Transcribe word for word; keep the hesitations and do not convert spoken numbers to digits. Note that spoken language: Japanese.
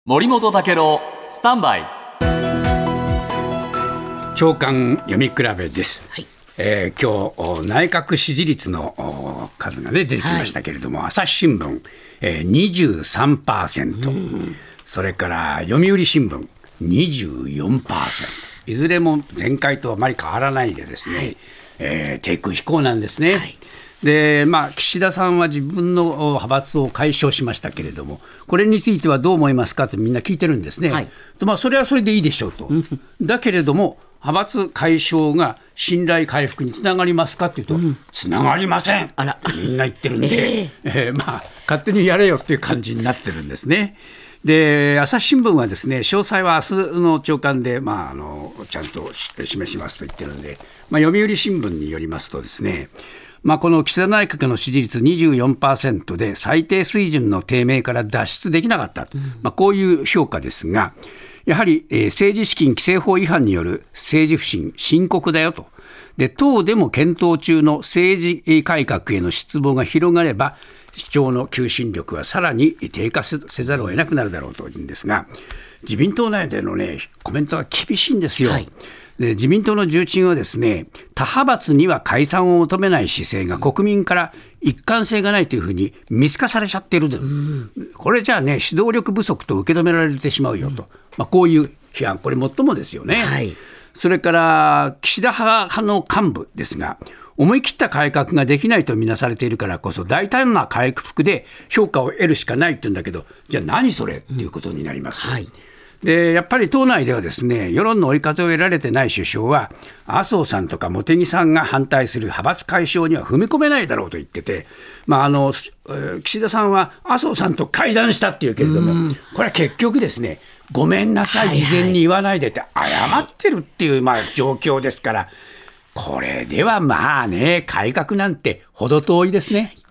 森本武郎スタンバイ長官読み比べです、 はい。 えー、今日内閣支持率の数が、ね、出てきましたけれども、はい、朝日新聞、えー、にじゅうさんパーセント、うん、それから読売新聞 にじゅうよんパーセント、 いずれも前回とあまり変わらないでですね、はい、えー、低空飛行なんですね、はい。でまあ、岸田さんは自分の派閥を解消しましたけれども、これについてはどう思いますかとみんな聞いてるんですね、はい。まあ、それはそれでいいでしょうとだけれども派閥解消が信頼回復につながりますかというと、うん、つながりません、あらみんな言ってるんで、えーえーまあ、勝手にやれよっていう感じになってるんですね。で朝日新聞はですね、詳細は明日の朝刊で、まあ、あのちゃんと示しますと言ってるんで、まあ、読売新聞によりますとですね、まあ、この岸田内閣の支持率 にじゅうよんパーセント で最低水準の低迷から脱出できなかった、うん、まあ、こういう評価ですが、やはり、えー、政治資金規正法違反による政治不信深刻だよと。で党でも検討中の政治改革への失望が広がれば主張の求心力はさらに低下せざるを得なくなるだろうというんですが、自民党内での、ね、コメントは厳しいんですよ、はい。で自民党の重鎮はですね、他派閥には解散を求めない姿勢が国民から一貫性がないというふうに見透かされちゃっている、うん、これじゃあね、指導力不足と受け止められてしまうよと、うん、まあ、こういう批判、これ最もですよね、はい。それから岸田派の幹部ですが、思い切った改革ができないとみなされているからこそ大胆な回復で評価を得るしかないって言うんだけど、じゃあ何それっていうことになります、うん、はい。でやっぱり党内ではですね、世論の追い風を得られてない首相は麻生さんとか茂木さんが反対する派閥解消には踏み込めないだろうと言ってて、まあ、あの岸田さんは麻生さんと会談したっていうけれども、これは結局ですね、ごめんなさい、事前に言わないでって謝ってるっていう、まあ、状況ですから、これではまあね、改革なんて程遠いですね。